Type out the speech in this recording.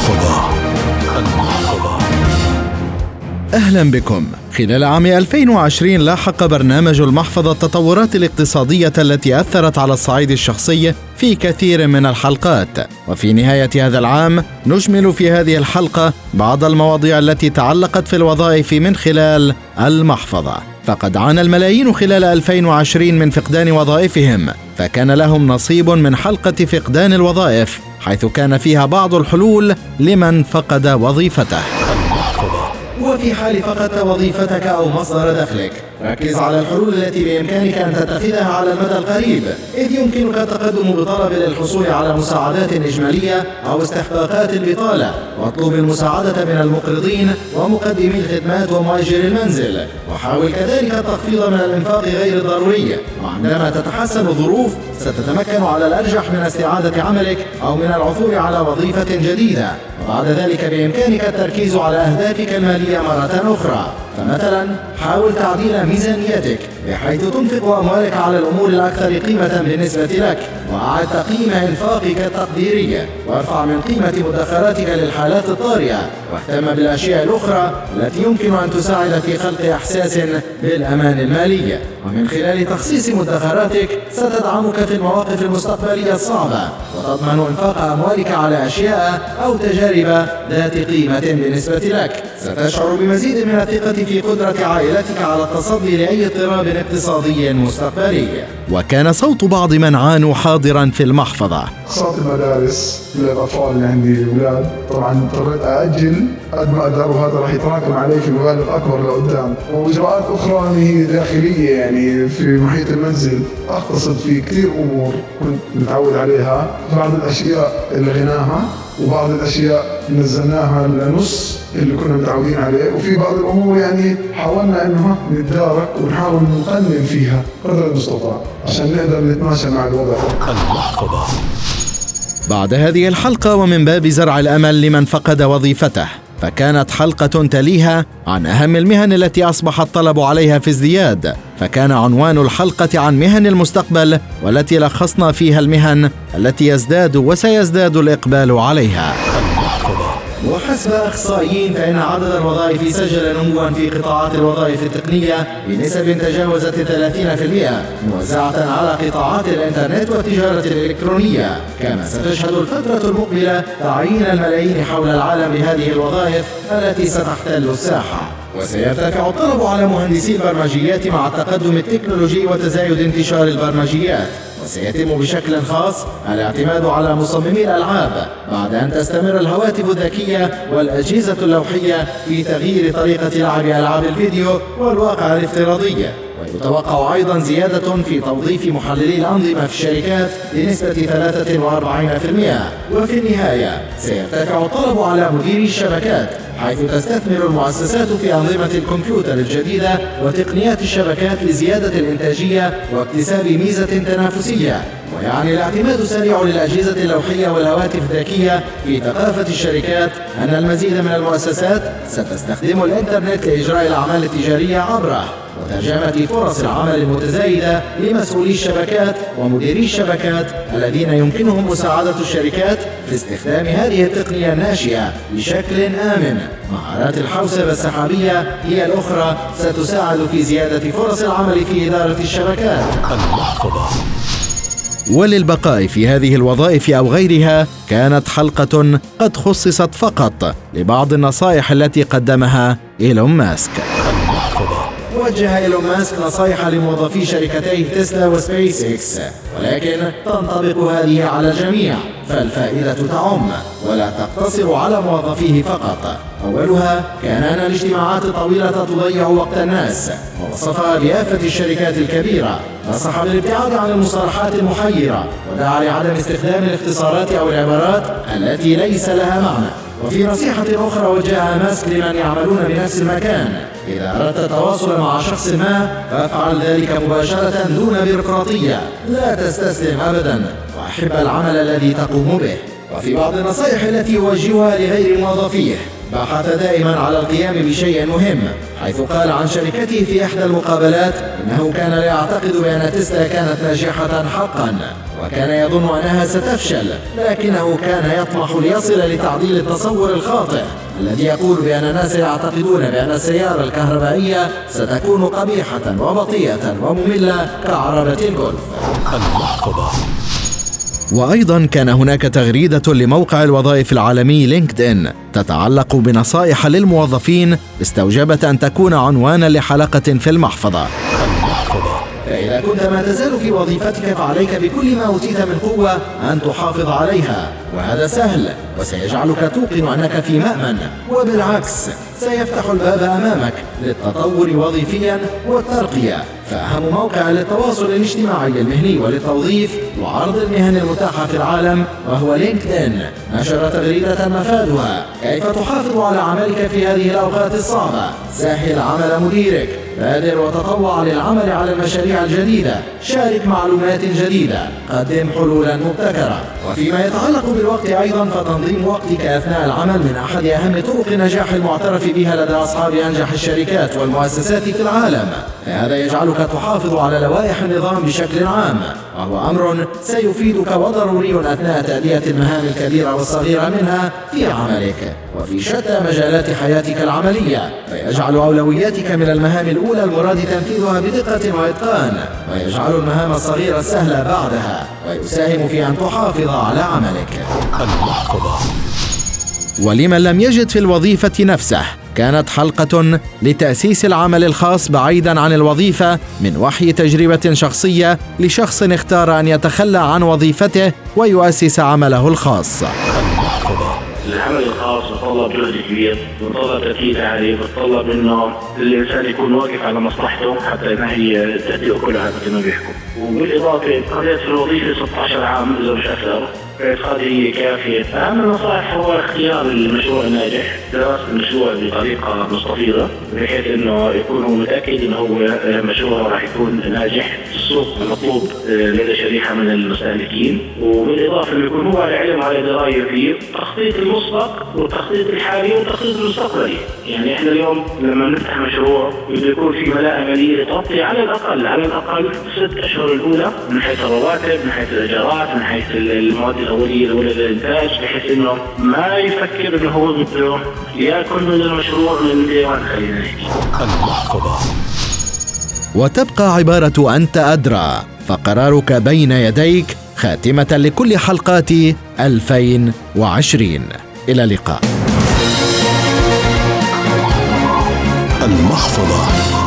المحفظة. أهلا بكم. خلال عام 2020 لاحق برنامج المحفظة التطورات الاقتصادية التي أثرت على الصعيد الشخصي في كثير من الحلقات، وفي نهاية هذا العام نجمل في هذه الحلقة بعض المواضيع التي تعلقت في الوظائف من خلال المحفظة. فقد عانى الملايين خلال 2020 من فقدان وظائفهم، فكان لهم نصيب من حلقة فقدان الوظائف، حيث كان فيها بعض الحلول لمن فقد وظيفته. وفي حال فقدت وظيفتك أو مصدر دخلك، ركز على الحلول التي بإمكانك أن تتخذها على المدى القريب، إذ يمكنك التقدم بطلب للحصول على مساعدات إجمالية أو استحقاقات البطالة، واطلب المساعدة من المقرضين ومقدمي الخدمات ومؤجر المنزل، وحاول كذلك التخفيض من الإنفاق غير الضروري. وعندما تتحسن الظروف ستتمكن على الأرجح من استعادة عملك أو من العثور على وظيفة جديدة، وبعد ذلك بإمكانك التركيز على أهدافك المالية مرة أخرى. فمثلا حاول تعديل ميزانيتك بحيث تنفق أموالك على الأمور الأكثر قيمة بالنسبة لك، وأعد تقييم إنفاقك التقديري، وارفع من قيمة مدخراتك للحالات الطارئة، واهتم بالأشياء الأخرى التي يمكن أن تساعد في خلق إحساس بالأمان المالي. ومن خلال تخصيص مدخراتك ستدعمك في المواقف المستقبلية الصعبة، وتضمن إنفاق أموالك على أشياء أو تجارب ذات قيمة بالنسبة لك. ستشعر بمزيد من الثقة في قدرة عائلتك على التصدي لأي اضطراب اقتصادي مستقبلي. وكان صوت بعض من عانوا حاضرا في المحفظة. خسرت المدارس للأطفال اللي عندي أولاد، طبعا اضطريت أأجل قد ما أقدر، وهذا راح يتراكم علي في مبالغ أكبر لقدام. وإجراءات أخرى هي داخلية، يعني في محيط المنزل أقتصد في كثير أمور كنت متعود عليها، بعض الأشياء اللي غناها وبعض الأشياء نزلناها لنص اللي كنا متعودين عليه، وفي بعض الأمور يعني حاولنا إنه نتدارك ونحاول نقنن فيها قدر المستطاع عشان نقدر نتماشى مع الوضع. المحفظة. بعد هذه الحلقة ومن باب زرع الأمل لمن فقد وظيفته، فكانت حلقة تليها عن أهم المهن التي أصبح الطلب عليها في ازدياد، فكان عنوان الحلقة عن مهن المستقبل، والتي لخصنا فيها المهن التي يزداد وسيزداد الإقبال عليها. وحسب أخصائيين فإن عدد الوظائف سجل نمواً في قطاعات الوظائف التقنية بنسب تجاوزت 30%، موزعة على قطاعات الإنترنت والتجارة الإلكترونية. كما ستشهد الفترة المقبلة تعيين الملايين حول العالم لهذه الوظائف التي ستحتل الساحة. وسيرتفع الطلب على مهندسي البرمجيات مع التقدم التكنولوجي وتزايد انتشار البرمجيات، وسيتم بشكل خاص الاعتماد على مصممي الألعاب بعد أن تستمر الهواتف الذكية والأجهزة اللوحية في تغيير طريقة لعب ألعاب الفيديو والواقع الافتراضي. ويتوقع أيضا زيادة في توظيف محللي الأنظمة في الشركات بنسبة 43%. وفي النهاية سيرتفع الطلب على مديري الشبكات، حيث تستثمر المؤسسات في أنظمة الكمبيوتر الجديدة وتقنيات الشبكات لزيادة الإنتاجية واكتساب ميزة تنافسية. ويعني الاعتماد السريع للأجهزة اللوحية والهواتف الذكية في ثقافة الشركات أن المزيد من المؤسسات ستستخدم الإنترنت لإجراء الأعمال التجارية عبره، وترجمة فرص العمل المتزايدة لمسؤولي الشبكات ومديري الشبكات الذين يمكنهم مساعدة الشركات في استخدام هذه التقنية الناشئة بشكل آمن. مهارات الحوسبة السحابية هي الأخرى ستساعد في زيادة فرص العمل في إدارة الشبكات. المحفظة. وللبقاء في هذه الوظائف أو غيرها، كانت حلقة قد خصصت فقط لبعض النصائح التي قدمها إيلون ماسك. وجه إيلون ماسك نصائح لموظفي شركتي تسلا وسبيس إكس، ولكن تنطبق هذه على الجميع، فالفائدة تعم ولا تقتصر على موظفيه فقط. أولها كان أن الاجتماعات الطويلة تضيع وقت الناس، ووصفها بآفة الشركات الكبيرة. نصح بالابتعاد عن المصطلحات المحيرة، ودعا لعدم استخدام الاختصارات أو العبارات التي ليس لها معنى. وفي نصيحة أخرى وجهها ماسك لمن يعملون بنفس المكان: إذا أردت التواصل مع شخص ما فافعل ذلك مباشرة دون بيروقراطية، لا تستسلم أبدا، وأحب العمل الذي تقوم به. وفي بعض النصائح التي يوجهها لغير موظفيه: بحث دائما على القيام بشيء مهم، حيث قال عن شركته في إحدى المقابلات إنه كان لا يعتقد بأن تسلا كانت ناجحة حقا، وكان يظن أنها ستفشل، لكنه كان يطمح ليصل لتعديل التصور الخاطئ الذي يقول بأن الناس يعتقدون بأن السيارة الكهربائية ستكون قبيحة وبطيئة ومملة كعربة الجولف. المحفظة. وأيضا كان هناك تغريدة لموقع الوظائف العالمي لينكد إن تتعلق بنصائح للموظفين استوجبت أن تكون عنوانا لحلقة في المحفظة. فإذا كنت ما تزال في وظيفتك فعليك بكل ما أوتيت من قوة أن تحافظ عليها، وهذا سهل وسيجعلك توقن أنك في مأمن، وبالعكس سيفتح الباب أمامك للتطور وظيفيا والترقية. فأهم موقع للتواصل الاجتماعي المهني وللتوظيف وعرض المهن المتاحة في العالم وهو لينكد إن نشر تغريدة مفادها كيف تحافظ على عملك في هذه الأوقات الصعبة. سهل عمل مديرك، بادر وتطوع للعمل على المشاريع الجديدة، شارك معلومات جديدة، قدم حلولا مبتكرة. وفيما يتعلق بالوقت أيضا فتنظيم وقتك أثناء العمل من أحد أهم طرق النجاح المعترف بها لدى أصحاب أنجح الشركات والمؤسسات في العالم. هذا يجعلك تحافظ على لوائح النظام بشكل عام، وهو أمر سيفيدك وضروري أثناء تأدية المهام الكبيرة والصغيرة منها في عملك وفي شتى مجالات حياتك العملية، فيجعل أولوياتك من المهام الأولى المراد تنفيذها بدقة وإتقان، ويجعل المهام الصغيرة السهلة بعدها، ويساهم في أن تحافظ على عملك. المحفظة. ولمن لم يجد في الوظيفة نفسه، كانت حلقة لتأسيس العمل الخاص بعيداً عن الوظيفة من وحي تجربة شخصية لشخص اختار أن يتخلى عن وظيفته ويؤسس عمله الخاص. العمل الخاص بتطلب جهد كبير، بتطلب تركيز عالي، بتطلب انه الانسان يكون واقف على مصلحته حتى ينهي تأديه كلها مثل ما بيحكوا. وبالاضافه قضيت في الوظيفه 16 عام اذا مش اكثر، باعتقادي هي كافيه. اهم النصائح هو اختيار المشروع الناجح، دراسه المشروع بطريقه مستفيضه بحيث انه يكون هو متاكد انه هو مشروعه راح يكون ناجح، السوق المطلوب لدى شريحه من المستهلكين، وبالاضافه انه يكون هو على علم وعلى درايه فيه تخطيط المسبق والتخطيط الحالي والتخطيط المستقبلي. يعني احنا اليوم لما نفتح مشروع بده يكون في ملاءه ماليه تغطي على الاقل 6 اشهر الاولى من حيث الرواتب، من حيث الايجارات، من حيث المواد الاوليه الاولى للانتاج، بحيث انه ما يفكر انه هو بده ياكل من المشروع من ديوان. خلينا نحكي المحفظة. وتبقى عبارة أنت أدرى، فقرارك بين يديك. خاتمة لكل حلقات 2020. إلى اللقاء. المحفظة.